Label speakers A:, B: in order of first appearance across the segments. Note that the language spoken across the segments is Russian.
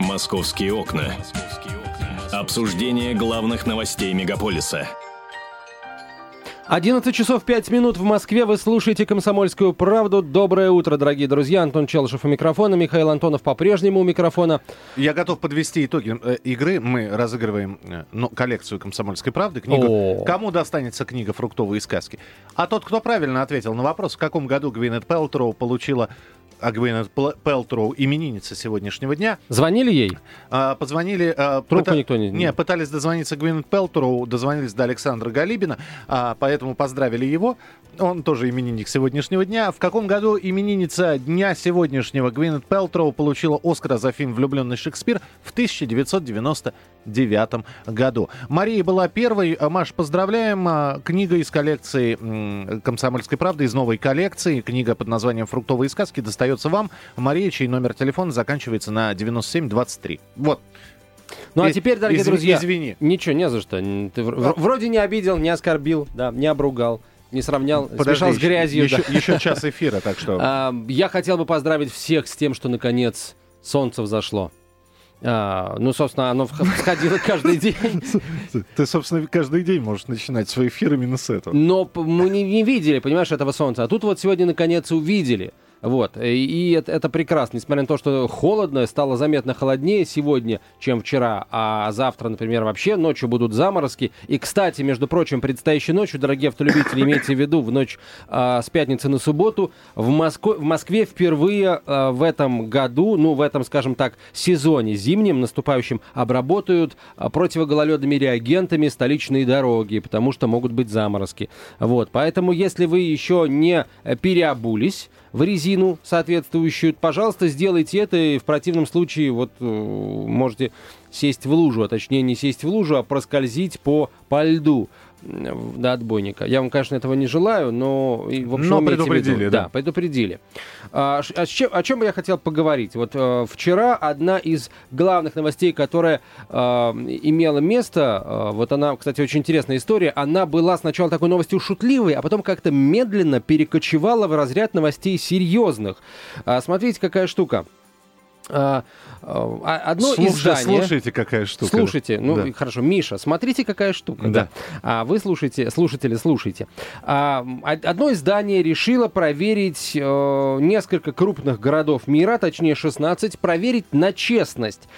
A: «Московские окна». Обсуждение главных новостей мегаполиса.
B: 11 часов 5 минут в Москве. Вы слушаете «Комсомольскую правду». Доброе утро, дорогие друзья. Антон Челышев у микрофона, Михаил Антонов по-прежнему у микрофона.
C: Я готов подвести итоги игры. Мы разыгрываем коллекцию «Комсомольской правды». Книгу. Кому достанется книга «Фруктовые сказки»? А тот, кто правильно ответил на вопрос, в каком году Гвинет Пэлтроу получила... А Гвинет Пэлтроу именинница сегодняшнего дня.
B: Звонили ей?
C: Позвонили...
B: Трубку никто не...
C: Не, пытались дозвониться Гвинет Пэлтроу, дозвонились до Александра Галибина, поэтому поздравили его. Он тоже именинник сегодняшнего дня. В каком году именинница дня сегодняшнего Гвинет Пэлтроу получила Оскара за фильм «Влюбленный Шекспир» в 1999 году? Мария была первой. Маш, поздравляем. Книга из коллекции «Комсомольской правды», из новой коллекции. Книга под названием «Фруктовые сказки» достается вам. Мария, чей номер телефона заканчивается на 9723. Вот.
B: Ну а теперь, дорогие друзья...
C: Извини.
B: Ничего, не за что. Ты вроде не обидел, не оскорбил, да, не обругал. Не сравнял, смешал с грязью.
C: Еще час эфира, так что...
B: Я хотел бы поздравить всех с тем, что, наконец, солнце взошло. Ну, собственно, оно всходило каждый день.
C: Ты, собственно, каждый день можешь начинать свой эфир именно с этого.
B: Но мы не видели, понимаешь, этого солнца. А тут вот сегодня, наконец, увидели. Вот, и это прекрасно, несмотря на то, что холодно, стало заметно холоднее сегодня, чем вчера, а завтра, например, вообще ночью будут заморозки. И, кстати, между прочим, предстоящей ночью, дорогие автолюбители, имейте в виду, в ночь с пятницы на субботу в Москве впервые в этом году, ну, в этом, скажем так, сезоне зимнем, наступающем, обработают противогололедными реагентами столичные дороги, потому что могут быть заморозки. Вот, поэтому, если вы еще не переобулись в резину соответствующую, пожалуйста, сделайте это, и в противном случае вот можете сесть в лужу, а точнее не сесть в лужу, а проскользить по льду до отбойника. Я вам, конечно, этого не желаю, но... В общем,
C: но предупредили, да.
B: Да, предупредили. О чем бы я хотел поговорить? Вот вчера одна из главных новостей, которая имела место, вот она, кстати, очень интересная история, она была сначала такой новостью шутливой, а потом как-то медленно перекочевала в разряд новостей серьезных. Смотрите, какая штука. Одно издание...
C: Слушайте, какая штука.
B: Слушайте, ну да. Хорошо, Миша, смотрите, какая штука.
C: Да.
B: А вы слушайте, слушатели, слушайте. Одно издание решило проверить несколько крупных городов мира, точнее 16, проверить на честность.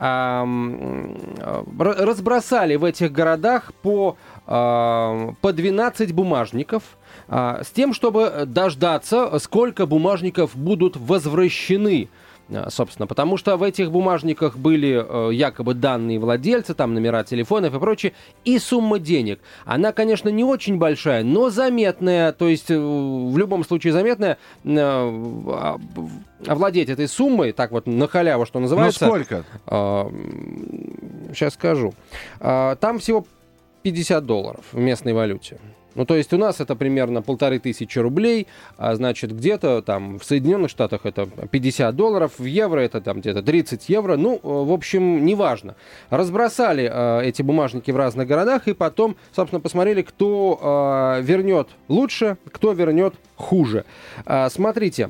B: Разбросали в этих городах по 12 бумажников, с тем, чтобы дождаться, сколько бумажников будут возвращены. Собственно, потому что в этих бумажниках были якобы данные владельца, там номера телефонов и прочее, и сумма денег. Она, конечно, не очень большая, но заметная, то есть в любом случае заметная. Овладеть этой суммой, так вот на халяву, что называется.
C: Ну сколько?
B: Сейчас скажу. Там всего $50 в местной валюте. Ну, то есть у нас это примерно 1500 рублей, а значит, где-то там в Соединенных Штатах это $50, в евро это там где-то 30 евро, ну, в общем, неважно. Разбросали эти бумажники в разных городах и потом, собственно, посмотрели, кто вернет лучше, кто вернет хуже. Смотрите,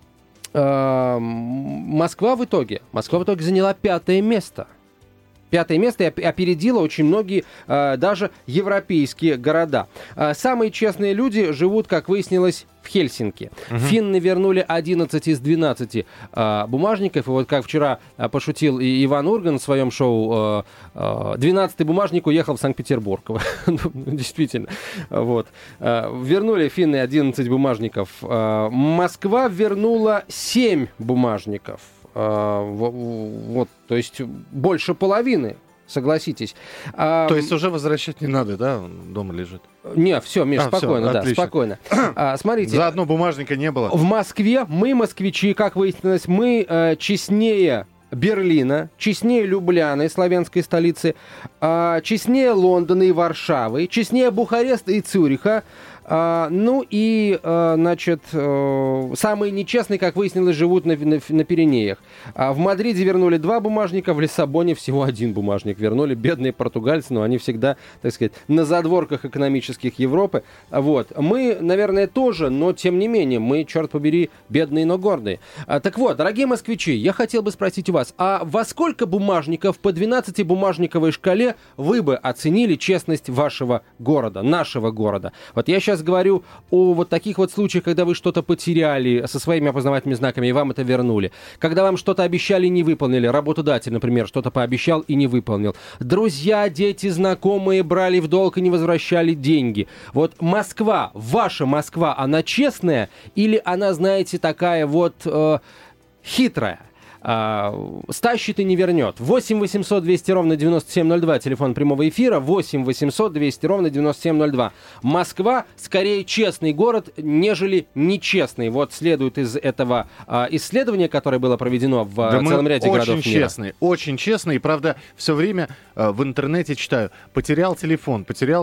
B: Москва в итоге заняла 5-е место. 5-е место и опередило очень многие даже европейские города. Самые честные люди живут, как выяснилось, в Хельсинки. Финны вернули 11 из 12 бумажников. И вот как вчера пошутил и Иван Ургант в своем шоу, 12-й бумажник уехал в Санкт-Петербург. Действительно. Вот. Вернули финны 11 бумажников. Москва вернула 7 бумажников. Вот, то есть больше половины, согласитесь.
C: То есть уже возвращать не надо, да? Он дома лежит.
B: Не, все, Миш, спокойно,
C: все,
B: да, спокойно. Смотрите.
C: Заодно бумажника не было.
B: В Москве мы, москвичи, как выяснилось, мы честнее Берлина, честнее Любляны, славянской столицы, честнее Лондона и Варшавы, честнее Бухареста и Цюриха, Ну и, значит, самые нечестные, как выяснилось, живут на Пиренеях. В Мадриде вернули 2 бумажника, в Лиссабоне всего 1 бумажник вернули. Бедные португальцы, но они всегда, так сказать, на задворках экономических Европы. Вот. Мы, наверное, тоже, но тем не менее, мы, черт побери, бедные, но гордые. Так вот, дорогие москвичи, я хотел бы спросить у вас, а во сколько бумажников по 12-бумажниковой шкале вы бы оценили честность вашего города, нашего города? Вот я сейчас говорю о вот таких вот случаях, когда вы что-то потеряли со своими опознавательными знаками, и вам это вернули. Когда вам что-то обещали и не выполнили. Работодатель, например, что-то пообещал и не выполнил. Друзья, дети, знакомые брали в долг и не возвращали деньги. Вот Москва, ваша Москва, она честная или она, знаете, такая вот хитрая? Стащит и не вернет. 8 800 200 ровно 9702, телефон прямого эфира, 8 800 200 ровно 9702. Москва скорее честный город, нежели нечестный. Вот следует из этого исследования, которое было проведено в целом ряде городов мира.
C: Очень честный. И, правда, все время в интернете читаю: потерял телефон, потерял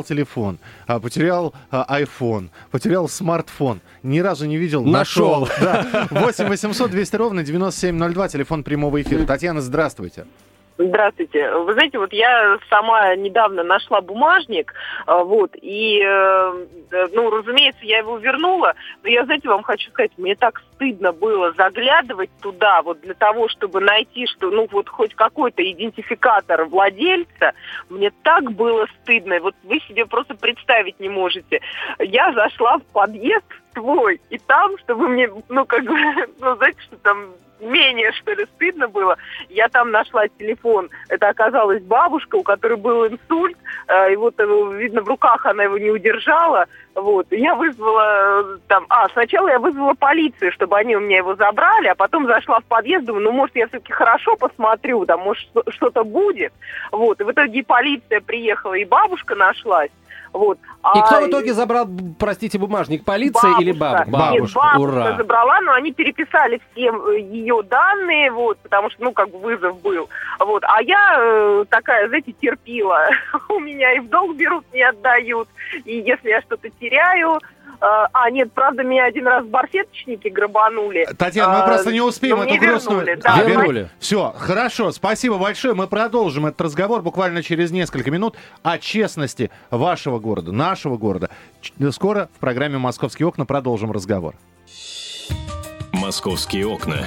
C: iPhone, потерял смартфон. Ни разу не видел, нашел. Да. 8 800 200 ровно 9702, телефон прямого эфира. Татьяна, здравствуйте.
D: Здравствуйте. Вы знаете, вот я сама недавно нашла бумажник, вот, и, ну, разумеется, я его вернула, но я, знаете, вам хочу сказать, мне так стыдно было заглядывать туда, вот, для того, чтобы найти, что, ну, вот, хоть какой-то идентификатор владельца, мне так было стыдно, вот вы себе просто представить не можете. Я зашла в подъезд свой, и там, чтобы мне, ну, как бы, ну, знаете, что там менее, что ли, стыдно было, я там нашла телефон. Это оказалась бабушка, у которой был инсульт, и вот, видно, в руках она его не удержала. Вот. И я вызвала там... сначала я вызвала полицию, чтобы они у меня его забрали, а потом зашла в подъезд, думаю, ну, может, я все-таки хорошо посмотрю, там, может, что-то будет. Вот. И в итоге и полиция приехала, и бабушка нашлась. Вот.
B: И кто в итоге забрал, простите, бумажник? Полиция или бабушка?
D: Нет, бабушка
B: Ура.
D: забрала, но они переписали все ее данные, вот, потому что, ну, как бы вызов был. Вот. А я такая, знаете, терпила. У меня и в долг берут, не отдают. И если я что-то теряю... нет, правда, меня один раз барсеточники грабанули.
C: Татьяна, мы просто не успеем эту грустную...
B: Вернули.
C: Все, хорошо, спасибо большое. Мы продолжим этот разговор буквально через несколько минут о честности вашего города, нашего города. Скоро в программе «Московские окна» продолжим разговор.
A: «Московские окна».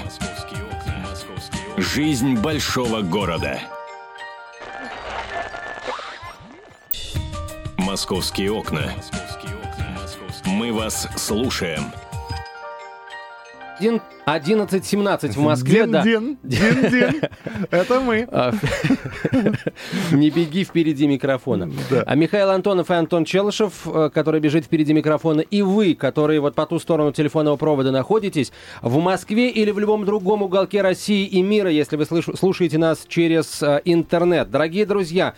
A: Жизнь большого города. «Московские окна». Мы вас слушаем.
B: 11:17 в Москве.
C: Дин. Это мы.
B: Не беги впереди микрофона.
C: Да.
B: Михаил Антонов и Антон Челышев, который бежит впереди микрофона, и вы, которые вот по ту сторону телефонного провода находитесь, в Москве или в любом другом уголке России и мира, если вы слушаете нас через интернет. Дорогие друзья,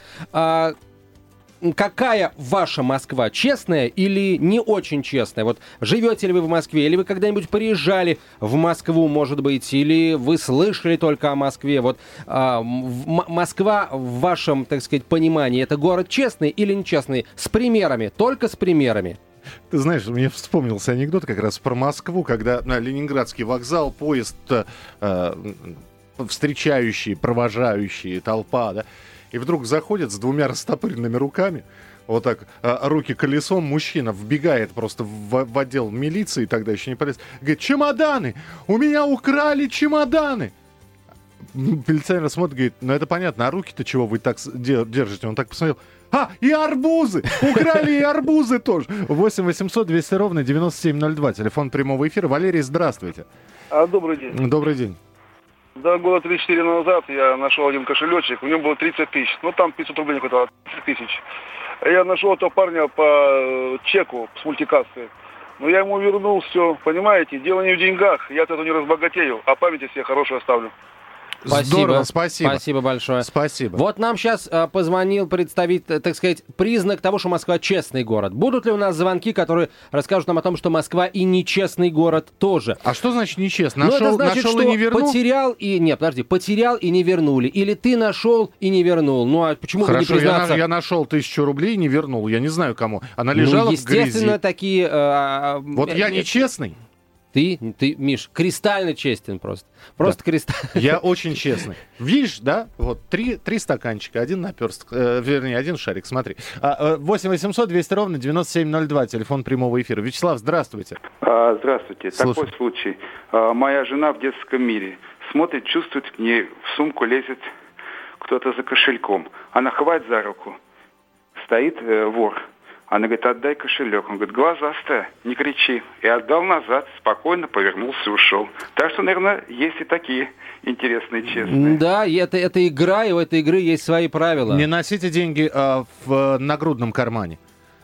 B: какая ваша Москва? Честная или не очень честная? Вот живете ли вы в Москве? Или вы когда-нибудь приезжали в Москву, может быть? Или вы слышали только о Москве? Вот Москва в вашем, так сказать, понимании, это город честный или нечестный? С примерами, только с примерами.
C: Ты знаешь, мне вспомнился анекдот как раз про Москву, когда на Ленинградский вокзал поезд встречающий, провожающий, толпа, да, и вдруг заходит с 2 растопыренными руками, вот так, руки колесом, мужчина вбегает просто в отдел милиции, тогда еще не полез, говорит: чемоданы! У меня украли чемоданы! Милиционер смотрит, говорит: ну это понятно, а руки-то чего вы так держите? Он так посмотрел: и арбузы! Украли и арбузы тоже! 8 800 200 ровно 9702, телефон прямого эфира. Валерий, здравствуйте.
E: Добрый день.
C: Добрый день.
E: Да, года 3-4 назад я нашел один кошелечек, в нем было 30 тысяч. Ну, там 500 рублей не хватало, 30 тысяч. Я нашел этого парня по чеку с мультикассы. Но я ему вернул все, понимаете? Дело не в деньгах, я от этого не разбогатею, а память я себе хорошую оставлю.
C: Здорово, спасибо.
B: Спасибо большое.
C: Спасибо.
B: Вот нам сейчас позвонил представить, так сказать, признак того, что Москва честный город. Будут ли у нас звонки, которые расскажут нам о том, что Москва и нечестный город тоже?
C: А что значит нечестно?
B: Ну, это значит,
C: нашел
B: что
C: и не вернул?
B: потерял и не вернули. Или ты нашел и не вернул. Ну, а почему бы не
C: Хорошо,
B: признаться?
C: я нашел 1000 рублей и не вернул. Я не знаю кому. Она лежала в грязи.
B: Естественно, такие...
C: Вот я нечестный?
B: Ты, Миш, кристально честен просто. Просто кристально.
C: Я очень честный. Видишь, да? Вот три стаканчика, один наперсток, вернее, один шарик, смотри. 8 800 200 ровно 9702, телефон прямого эфира. Вячеслав, здравствуйте.
F: Здравствуйте.
C: Слушаю.
F: Такой случай. Моя жена в детском мире. Смотрит, чувствует, к ней в сумку лезет кто-то за кошельком. Она хватит за руку. Стоит вор. Она говорит, отдай кошелек. Он говорит, глазастая, не кричи. И отдал назад, спокойно повернулся и ушел. Так что, наверное, есть и такие интересные, честные.
B: Да, и это игра, и у этой игры есть свои правила.
C: Не носите деньги в нагрудном кармане.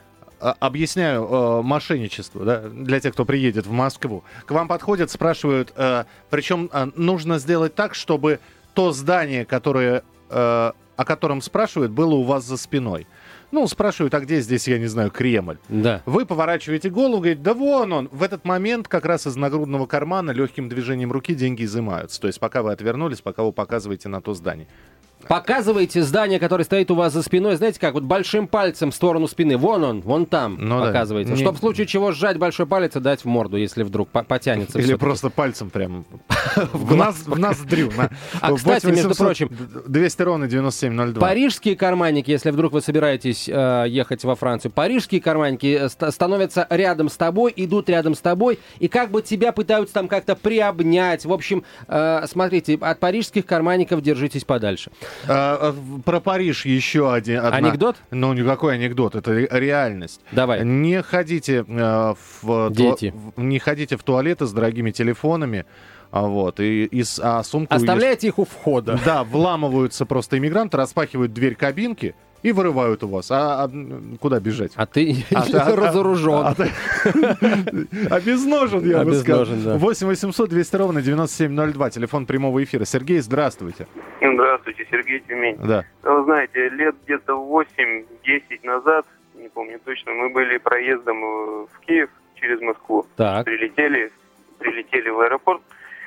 C: Объясняю мошенничество, да, для тех, кто приедет в Москву. К вам подходят, спрашивают, причем нужно сделать так, чтобы то здание, о котором спрашивают, было у вас за спиной. Ну, спрашивают, а где здесь, я не знаю, Кремль?
B: Да.
C: Вы поворачиваете голову, говорите, да вон он. В этот момент как раз из нагрудного кармана легким движением руки деньги изымаются. То есть пока вы отвернулись, пока вы показываете на то здание.
B: Показываете здание, которое стоит у вас за спиной, знаете как, вот большим пальцем в сторону спины. Вон он, вон там показываете.
C: Да.
B: Чтобы в случае чего сжать большой палец и дать в морду, если вдруг потянется.
C: Или просто пальцем прям в ноздрю.
B: А, кстати, между прочим,
C: 200 ровно 9702.
B: парижские карманники, если вдруг вы собираетесь ехать во Францию, парижские карманники становятся рядом с тобой, идут рядом с тобой, и как бы тебя пытаются там как-то приобнять. В общем, смотрите, от парижских карманников держитесь подальше.
C: Про Париж еще один.
B: Анекдот?
C: Ну, никакой анекдот, это реальность.
B: Давай.
C: Не ходите не ходите в туалеты с дорогими телефонами. Вот, сумку...
B: Оставляйте их у входа.
C: Да, вламываются просто иммигранты, распахивают дверь кабинки и вырывают у вас. Куда бежать?
B: А ты разоружен.
C: Обезножен, я бы сказал.
B: Да.
C: 8 800 200 ровно 9702, телефон прямого эфира. Сергей, здравствуйте.
G: Здравствуйте, Сергей, Тюмень.
C: Да.
G: Вы знаете, лет где-то 8-10 назад, не помню точно, мы были проездом в Киев через Москву.
B: Так.
G: Прилетели в аэропорт,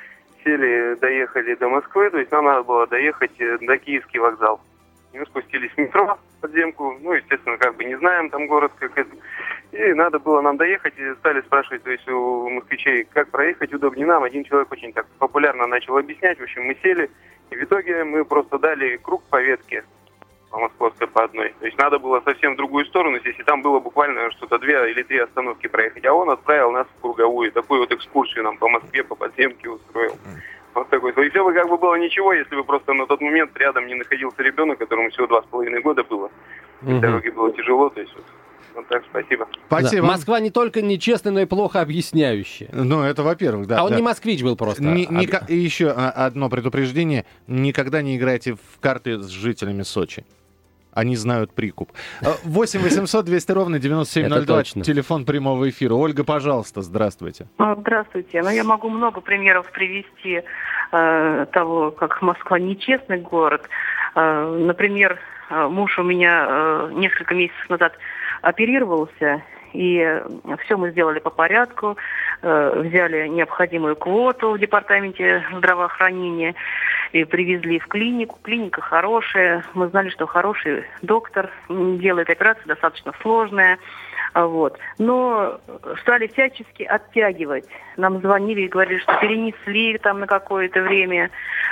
G: доехали до Москвы, то есть нам надо было доехать до Киевский вокзал. И мы спустились в метро, подземку, естественно, как бы не знаем там город, как это. И надо было нам доехать, и стали спрашивать, то есть у москвичей, как проехать удобнее нам. Один человек очень так популярно начал объяснять, в общем, мы сели, и в итоге мы просто дали круг по ветке, по Московской по одной. То есть надо было совсем в другую сторону, если там было буквально что-то 2 или 3 остановки проехать, а он отправил нас в круговую, такую вот экскурсию нам по Москве, по подземке устроил. Вот такой. И все бы как бы было ничего, если бы просто на тот момент рядом не находился ребенок, которому всего 2,5 года было. В дороге было тяжело, то есть вот так, спасибо.
C: Спасибо.
B: Да. Москва не только нечестная, но и плохо объясняющая.
C: Ну, это во-первых, да.
B: А он не москвич был просто.
C: И еще одно предупреждение. Никогда не играйте в карты с жителями Сочи. Они знают прикуп. 8 800 200 ровно 9702, телефон прямого эфира. Ольга, пожалуйста, здравствуйте.
D: Здравствуйте. Я могу много примеров привести того, как Москва нечестный город. Например, муж у меня несколько месяцев назад оперировался, и все мы сделали по порядку, взяли необходимую квоту в департаменте здравоохранения и привезли в клинику. Клиника хорошая, мы знали, что хороший доктор, делает операцию достаточно сложная. Вот. Но стали всячески оттягивать. Нам звонили и говорили, что перенесли там на какое-то время,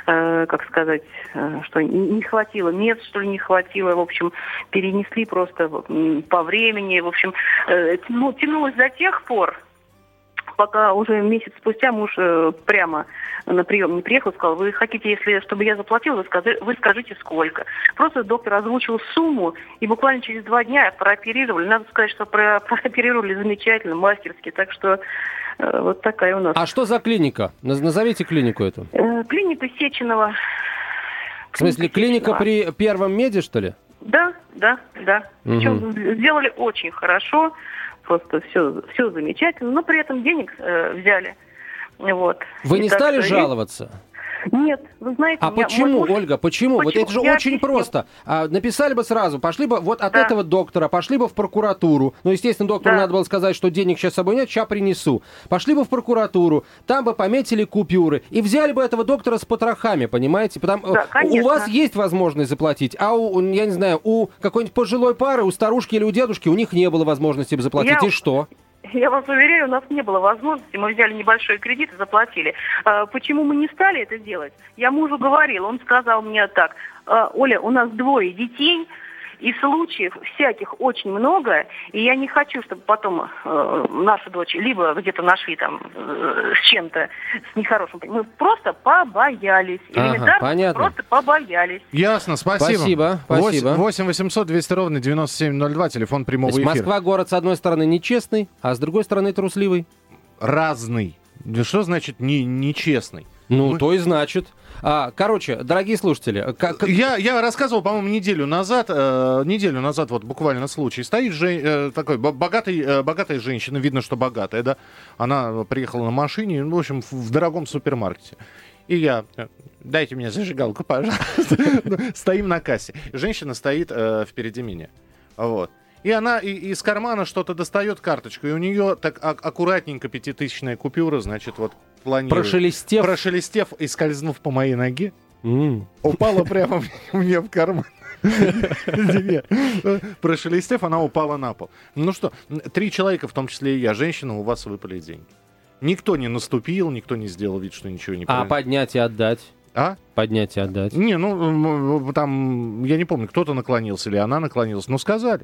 D: что не хватило мест, что ли, не хватило. В общем, перенесли просто по времени. В общем, тянулось до тех пор, пока уже месяц спустя муж прямо на прием не приехал, сказал: вы хотите, чтобы я заплатила, вы скажите сколько. Просто доктор озвучил сумму, и буквально через 2 дня прооперировали. Надо сказать, что прооперировали замечательно, мастерски. Так что вот такая у нас.
B: А что за клиника? Назовите клинику эту.
D: Клиника Сеченова.
B: В смысле, клиника при Первом меди, что ли?
D: Да. Причем сделали очень хорошо. Просто все замечательно, но при этом денег взяли. Вот.
B: Вы не стали жаловаться?
D: Нет, вы знаете...
B: А почему, Ольга, почему? Вот это же
D: Я
B: очень
D: объясню.
B: просто. Написали бы сразу, пошли бы вот от
D: Да.
B: этого доктора, пошли бы в прокуратуру. Ну, естественно, доктору
D: Да.
B: надо было сказать, что денег сейчас с собой нет, сейчас принесу. Пошли бы в прокуратуру, там бы пометили купюры и взяли бы этого доктора с потрохами, понимаете?
D: Да, конечно.
B: У вас есть возможность заплатить, а я не знаю, у какой-нибудь пожилой пары, у старушки или у дедушки, у них не было возможности бы заплатить. И что?
D: Я вас уверяю, у нас не было возможности, мы взяли небольшой кредит и заплатили. Почему мы не стали это делать? Я мужу говорила, он сказал мне так: Оля, у нас 2 детей, и случаев всяких очень много, и я не хочу, чтобы потом наша дочь либо где-то нашли там с чем-то, с нехорошим. Мы просто побоялись. Элементарно,
B: понятно.
D: просто побоялись.
C: Ясно, спасибо.
B: Спасибо.
C: 8 800 200 ровно 9702, телефон
B: То
C: прямого
B: есть
C: эфира.
B: Москва город, с одной стороны, нечестный, а с другой стороны, трусливый.
C: Разный. Что значит нечестный?
B: Ну, то и значит. Короче, дорогие слушатели,
C: Я рассказывал, по-моему, неделю назад, вот буквально случай. Стоит такой богатая женщина, видно, что богатая, да. Она приехала на машине, в общем, в дорогом супермаркете. И я: дайте мне зажигалку, пожалуйста. Стоим на кассе. Женщина стоит впереди меня. Вот. И она из кармана что-то достает, карточку, и у нее так аккуратненько 5000-я купюра, значит, вот планирует. Прошелестев и скользнув по моей ноге, упала прямо мне в карман. Прошелестев, она упала на пол. Ну что, 3 человека, в том числе и я, женщина, у вас выпали деньги. Никто не наступил, никто не сделал вид, что ничего не произошло.
B: А поднять и отдать? Поднять и отдать?
C: Не, там, я не помню, кто-то наклонился или она наклонилась, но сказали.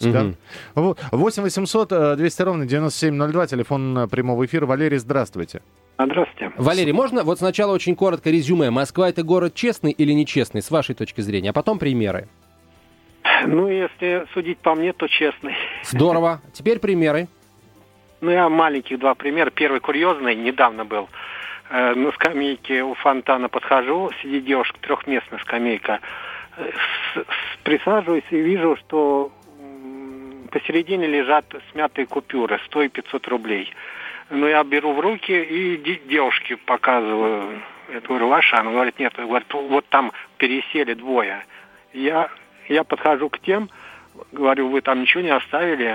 C: 8 800 200 ровно 9702, телефон прямого эфира. Валерий, здравствуйте.
H: Здравствуйте.
B: Валерий, можно вот сначала очень коротко резюме. Москва — это город честный или нечестный, с вашей точки зрения, а потом примеры?
H: Ну, если судить по мне, то честный.
B: Здорово. Теперь примеры.
H: Ну, я маленьких 2 примера. Первый курьезный, недавно был. На скамейке у фонтана подхожу, сидит девушка, 3-местная скамейка. Присаживаюсь и вижу, что посередине лежат смятые купюры, стоят 500 рублей. Ну, я беру в руки и девушке показываю. Я говорю, ваша? Она говорит, нет. Говорит, вот там пересели 2. Я подхожу к тем, говорю, вы там ничего не оставили?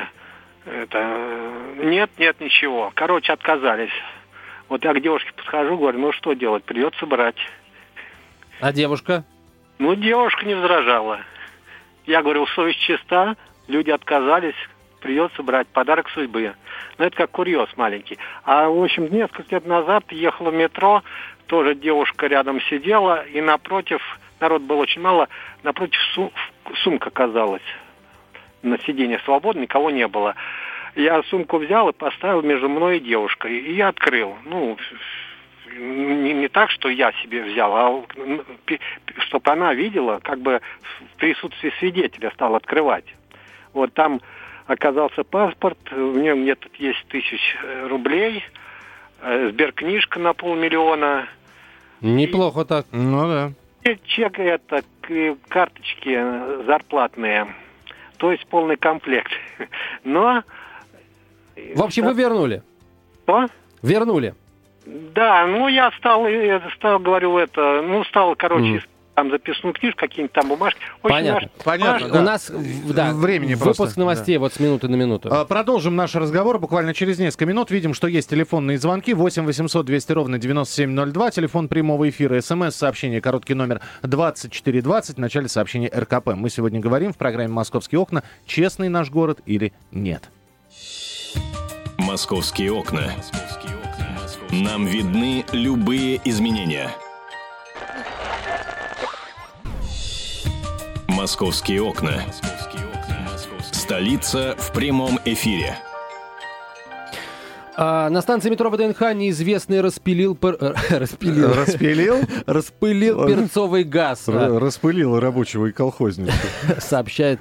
H: Нет, ничего. Короче, отказались. Вот я к девушке подхожу, говорю, ну что делать? Придется брать.
B: А девушка?
H: Ну, девушка не возражала. Я говорю, совесть чиста, люди отказались, придется брать подарок судьбы. Ну, это как курьез маленький. А, в общем, несколько лет назад ехала в метро, тоже девушка рядом сидела, и напротив, народ было очень мало, напротив сумка оказалась. На сиденье свободно, никого не было. Я сумку взял и поставил между мной и девушкой, и я открыл. Ну, не так, что я себе взял, а чтобы она видела, как бы в присутствии свидетеля стал открывать. Вот там оказался паспорт, в нем где-то есть 1000 рублей, сберкнижка на 500 000.
B: Неплохо так.
C: Ну да.
H: Чек это, карточки зарплатные, то есть полный комплект. Но...
B: В общем, вы вернули?
H: Что?
B: Вернули.
H: Да, ну я стал, короче, там записную книжку, какие-нибудь там бумажки.
C: Понятно.
B: Да. У нас
C: времени
B: выпуск
C: просто,
B: новостей вот с минуты на минуту.
C: Продолжим наш разговор буквально через несколько минут. Видим, что есть телефонные звонки. 8 800 200 ровно 9702. Телефон прямого эфира. СМС-сообщение, короткий номер 2420. В начале сообщения РКП. Мы сегодня говорим в программе «Московские окна». Честный наш город или нет?
A: «Московские окна». Нам видны любые изменения. «Московские окна». Столица в прямом эфире.
B: На станции метро ВДНХ неизвестный распылил перцовый газ.
C: Распылил рабочего и колхозника.
B: Сообщает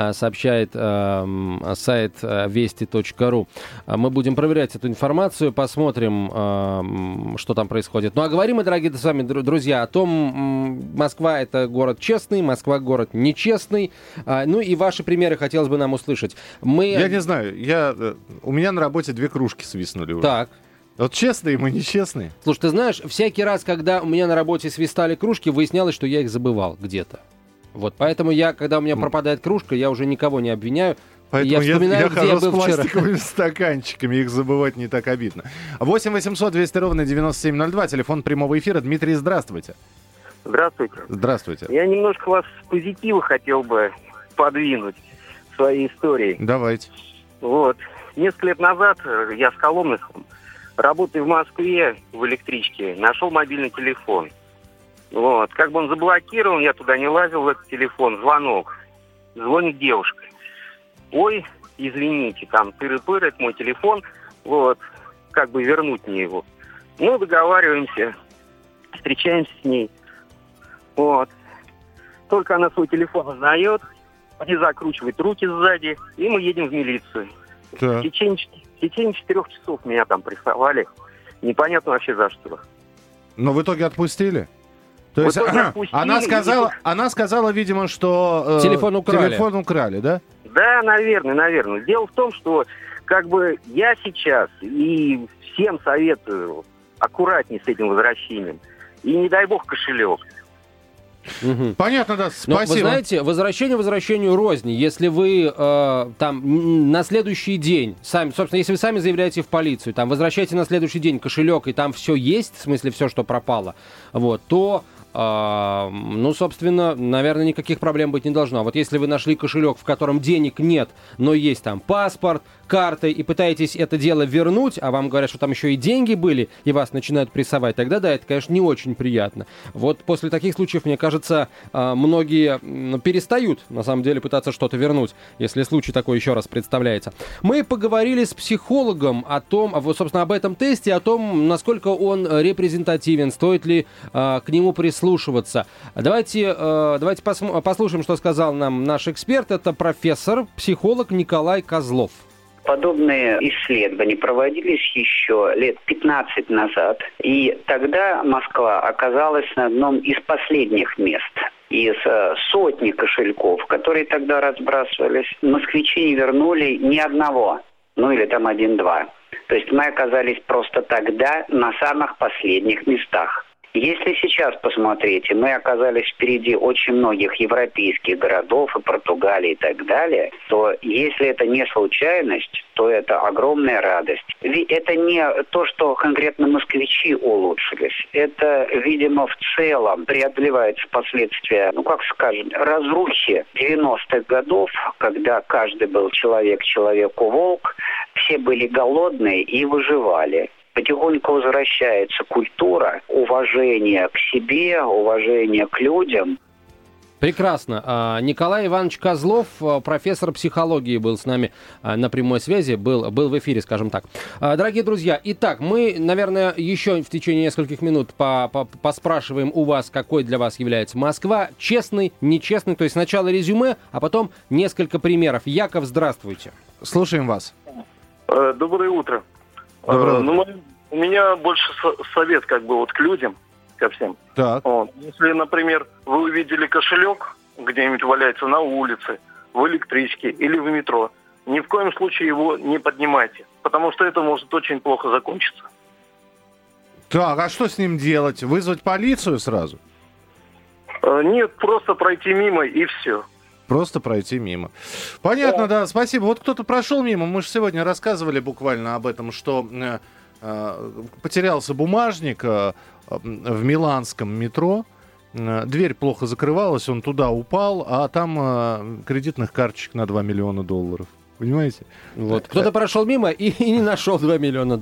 B: сайт вести.ру. Мы будем проверять эту информацию, посмотрим, что там происходит. Ну а говорим мы, дорогие с вами друзья, о том, Москва — это город честный, Москва — город нечестный. Ну и ваши примеры хотелось бы нам услышать.
C: Я не знаю, у меня на работе 2 кружки свистнули уже.
B: Так.
C: Вот честные мы, нечестные.
B: Слушай, ты знаешь, всякий раз, когда у меня на работе свистали кружки, выяснялось, что я их забывал где-то. Вот, поэтому когда у меня пропадает кружка, я уже никого не обвиняю.
C: Поэтому
B: я вспоминаю, где я
C: хожу
B: был
C: с
B: вчера.
C: пластиковыми стаканчиками, их забывать не так обидно. 8 800 200 ровно 9702, телефон прямого эфира. Дмитрий, здравствуйте.
I: Здравствуйте.
C: Здравствуйте.
I: Я немножко вас с позитива хотел бы подвинуть своей историей.
C: Давайте.
I: Вот. Несколько лет назад я с Коломныцком, работая в Москве в электричке, нашел мобильный телефон. Вот. Как бы он заблокирован, я туда не лазил, в этот телефон. Звонок. Звонит девушка. Ой, извините, там тыры-пыры, это мой телефон. Вот. Как бы вернуть мне его. Ну, договариваемся. Встречаемся с ней. Вот. Только она свой телефон узнает, мне закручивает руки сзади, и мы едем в милицию.
C: Так.
I: В течение 4 часов меня там прессовали. Непонятно вообще за что.
C: Но в итоге отпустили? То есть она сказала, видимо, что
B: телефон
C: украли, да?
I: Да, наверное. Дело в том, что как бы я сейчас и всем советую аккуратнее с этим возвращением. И не дай бог кошелек.
B: Угу.
C: Понятно, да, спасибо.
B: Но вы знаете, возвращению розни. Если вы там на следующий день, сами, собственно, если вы сами заявляете в полицию, там, возвращаете на следующий день кошелек, и там все есть, в смысле все, что пропало, вот, то... ну, собственно, наверное, никаких проблем быть не должно. Вот если вы нашли кошелек, в котором денег нет, но есть там паспорт, карты, и пытаетесь это дело вернуть, а вам говорят, что там еще и деньги были, и вас начинают прессовать, тогда, да, это, конечно, не очень приятно. Вот после таких случаев, мне кажется, многие перестают, на самом деле, пытаться что-то вернуть, если случай такой еще раз представляется. Мы поговорили с психологом о том, собственно, об этом тесте, о том, насколько он репрезентативен, стоит ли к нему прислушиваться. Давайте послушаем, что сказал нам наш эксперт. Это профессор, психолог Николай Козлов.
J: Подобные исследования проводились еще лет 15 назад, и тогда Москва оказалась на одном из последних мест. Из сотни кошельков, которые тогда разбрасывались, москвичи не вернули ни одного, ну или там 1-2. То есть мы оказались просто тогда на самых последних местах. Если сейчас посмотреть, мы оказались впереди очень многих европейских городов, и Португалии и так далее, то если это не случайность, то это огромная радость. Ведь это не то, что конкретно москвичи улучшились. Это, видимо, в целом преодолевается последствия, разрухи 90-х годов, когда каждый был человеку волк, все были голодные и выживали. Потихоньку возвращается культура уважения к себе, уважения к людям.
B: Прекрасно. Николай Иванович Козлов, профессор психологии, был с нами на прямой связи, был в эфире, скажем так. Дорогие друзья, итак, мы, наверное, еще в течение нескольких минут поспрашиваем у вас, какой для вас является Москва. Честный, нечестный, то есть сначала резюме, а потом несколько примеров. Яков, здравствуйте.
C: Слушаем вас.
E: Доброе утро. У меня больше совет к людям, ко всем.
C: Так.
E: Если, например, вы увидели кошелек где-нибудь валяется на улице, в электричке или в метро, ни в коем случае его не поднимайте, потому что это может очень плохо закончиться.
C: Так, а что с ним делать? Вызвать полицию сразу?
E: Нет, просто пройти мимо и все.
C: Просто пройти мимо. Понятно, да, спасибо. Вот кто-то прошел мимо, мы же сегодня рассказывали буквально об этом, что потерялся бумажник в миланском метро, дверь плохо закрывалась, он туда упал, а там кредитных карточек на $2 миллиона. Понимаете?
B: Вот. Кто-то прошел мимо и не нашел $2 миллиона.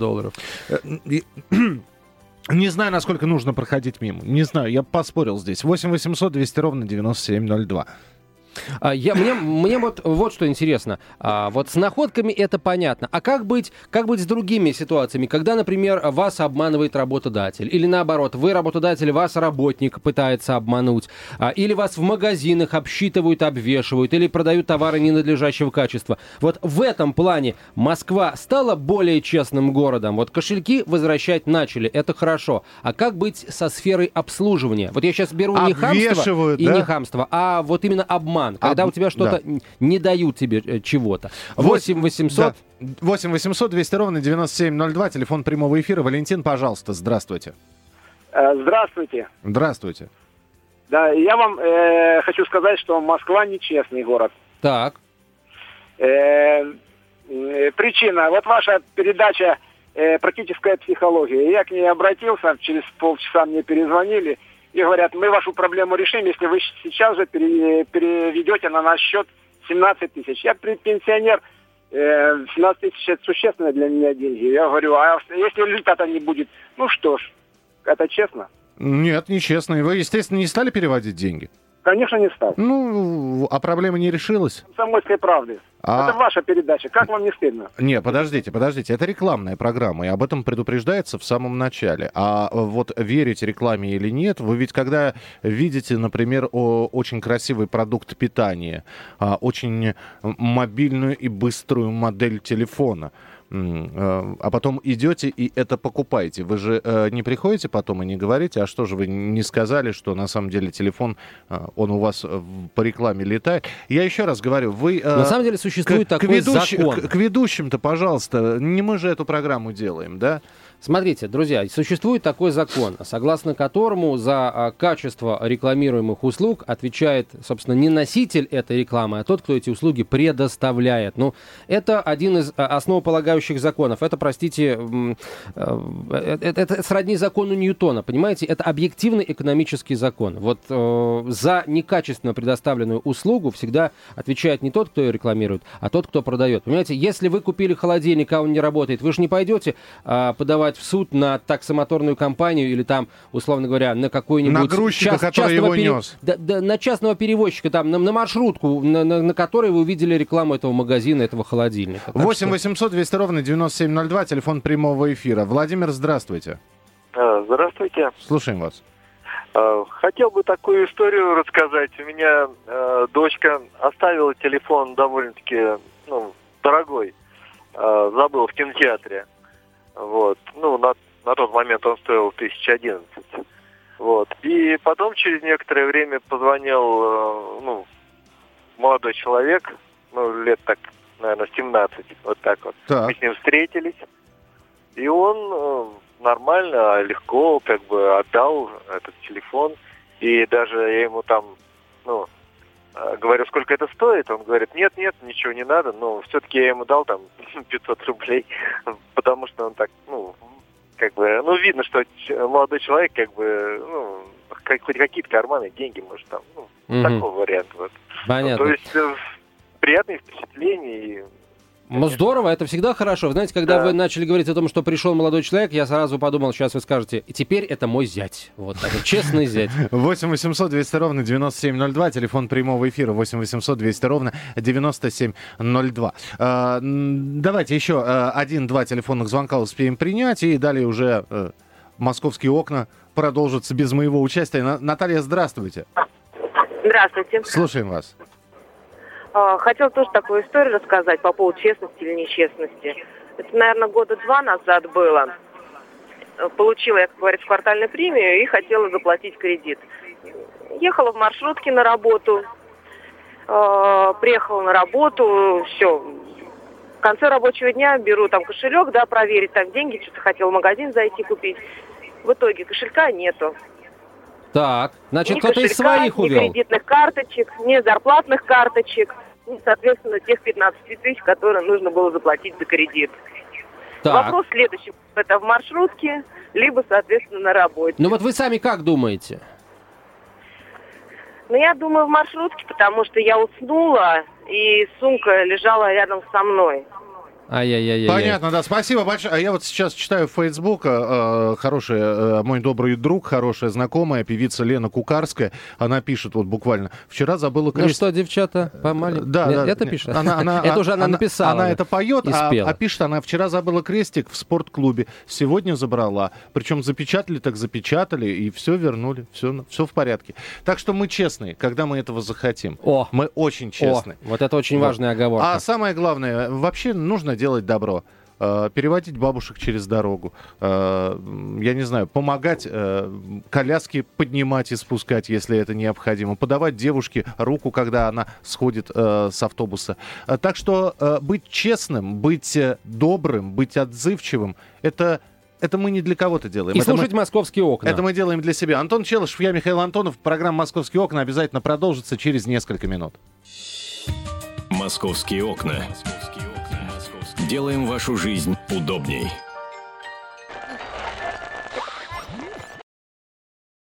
C: Не знаю, насколько нужно проходить мимо. Не знаю, я поспорил здесь. 8 800 200 ровно 9702.
B: Мне вот что интересно. Вот с находками это понятно. А как быть с другими ситуациями, когда, например, вас обманывает работодатель? Или наоборот, вы работодатель, вас работник пытается обмануть? Или вас в магазинах обсчитывают, обвешивают? Или продают товары ненадлежащего качества? Вот в этом плане Москва стала более честным городом. Вот кошельки возвращать начали, это хорошо. А как быть со сферой обслуживания? Вот я сейчас беру не хамство,
C: не хамство,
B: а вот именно обман. обман, когда у тебя что-то не дают тебе чего-то. 8 800...
C: 8 800 200 ровно 9702, телефон прямого эфира. Валентин, пожалуйста, здравствуйте.
K: Здравствуйте.
C: Здравствуйте.
K: Да, я вам хочу сказать, что Москва нечестный город.
B: Так.
K: Причина. Вот ваша передача «Практическая психология». Я к ней обратился, через полчаса мне перезвонили и говорят, мы вашу проблему решим, если вы сейчас же переведете на наш счет 17 тысяч. Я пенсионер, 17 тысяч это существенно для меня деньги. Я говорю, а если результата не будет, ну что ж, это честно?
C: Нет, нечестно. И вы, естественно, не стали переводить деньги?
K: Конечно, не стал.
C: Ну, а проблема не решилась?
K: «Комсомольской правды». Это ваша передача. Как вам не стыдно?
C: Не, подождите. Это рекламная программа, и об этом предупреждается в самом начале. А вот верить рекламе или нет, вы ведь когда видите, например, очень красивый продукт питания, очень мобильную и быструю модель телефона, а потом идете и это покупаете. Вы же не приходите потом и не говорите, а что же вы не сказали, что на самом деле телефон, он у вас по рекламе летает. Я еще раз говорю, вы...
B: На самом деле существует такой закон.
C: К ведущим-то, пожалуйста, не мы же эту программу делаем, да?
B: Смотрите, друзья, существует такой закон, согласно которому за качество рекламируемых услуг отвечает, собственно, не носитель этой рекламы, а тот, кто эти услуги предоставляет. Ну, это один из основополагающих законов. Это, простите, это сродни закону Ньютона, понимаете? Это объективный экономический закон. Вот за некачественно предоставленную услугу всегда отвечает не тот, кто ее рекламирует, а тот, кто продает. Понимаете, если вы купили холодильник, а он не работает, вы же не пойдете подавать в суд на таксомоторную компанию или там, условно говоря, на какой-нибудь...
C: На грузчика, который его нес.
B: На частного перевозчика, там, на маршрутку, на которой вы увидели рекламу этого магазина, этого холодильника.
C: 8 800 200 ровно 9702, телефон прямого эфира. Владимир, здравствуйте.
L: Здравствуйте.
C: Слушаем вас.
L: Хотел бы такую историю рассказать. У меня дочка оставила телефон довольно-таки дорогой. Забыл в кинотеатре. Вот. На тот момент он стоил 1011. Вот. И потом через некоторое время позвонил молодой человек, лет так, наверное, 17, вот так вот.
C: Так.
L: Мы с ним встретились, и он нормально, легко отдал этот телефон. И даже я ему там, говорю, сколько это стоит, он говорит, нет, ничего не надо, но все-таки я ему дал там 500 рублей, потому что он так, видно, что молодой человек, хоть какие-то карманы, деньги, может, там, такого варианта. Вот.
B: Понятно.
L: То есть приятные впечатления.
B: Ну, здорово, это всегда хорошо. Вы знаете, когда вы начали говорить о том, что пришел молодой человек, я сразу подумал, сейчас вы скажете, и теперь это мой зять. Вот такой честный зять.
C: 8 800 200 ровно 9702, телефон прямого эфира 8 800 200 ровно 9702. Давайте еще 1-2 телефонных звонка успеем принять, и далее уже московские окна продолжатся без моего участия. Наталья, здравствуйте.
D: Здравствуйте.
C: Слушаем вас.
D: Хотела тоже такую историю рассказать по поводу честности или нечестности. Это, наверное, 2 года назад было. Получила я, как говорится, квартальную премию и хотела заплатить кредит. Ехала в маршрутке на работу, приехала на работу, все. В конце рабочего дня беру там кошелек, проверить там деньги, что-то хотела в магазин зайти купить. В итоге кошелька нету.
B: Так, значит,
D: ни
B: кто-то из своих увел.
D: Ни кредитных карточек, ни зарплатных карточек, ни, соответственно, тех 15 тысяч, которые нужно было заплатить за кредит.
B: Так.
D: Вопрос следующий. Это в маршрутке, либо, соответственно, на работе.
B: Ну вот вы сами как думаете?
D: Я думаю, в маршрутке, потому что я уснула, и сумка лежала рядом со мной.
B: Ай-яй-яй-яй.
C: Понятно, да, спасибо большое. А я вот сейчас читаю в Facebook, хорошая, мой добрый друг, хорошая знакомая, певица Лена Кукарская, она пишет вот буквально, вчера забыла
B: крестик. Ну что, девчата, помали?
C: Да,
B: это пишет?
C: Это
B: уже она написала.
C: Она это поет, а пишет она, вчера забыла крестик в спортклубе, сегодня забрала. Причем запечатали, так запечатали, и все вернули, все в порядке. Так что мы честные, когда мы этого захотим. Мы очень честны.
B: Вот это очень важная оговорка.
C: А самое главное, вообще нужно делать добро. переводить бабушек через дорогу, я не знаю, помогать коляски поднимать и спускать, если это необходимо, подавать девушке руку, когда она сходит с автобуса. Так что быть честным, быть добрым, быть отзывчивым, это мы не для кого-то делаем.
B: И слушать «Московские окна».
C: Это мы делаем для себя. Антон Челышев, я Михаил Антонов. Программа «Московские окна» обязательно продолжится через несколько минут.
A: «Московские окна». Делаем вашу жизнь удобней.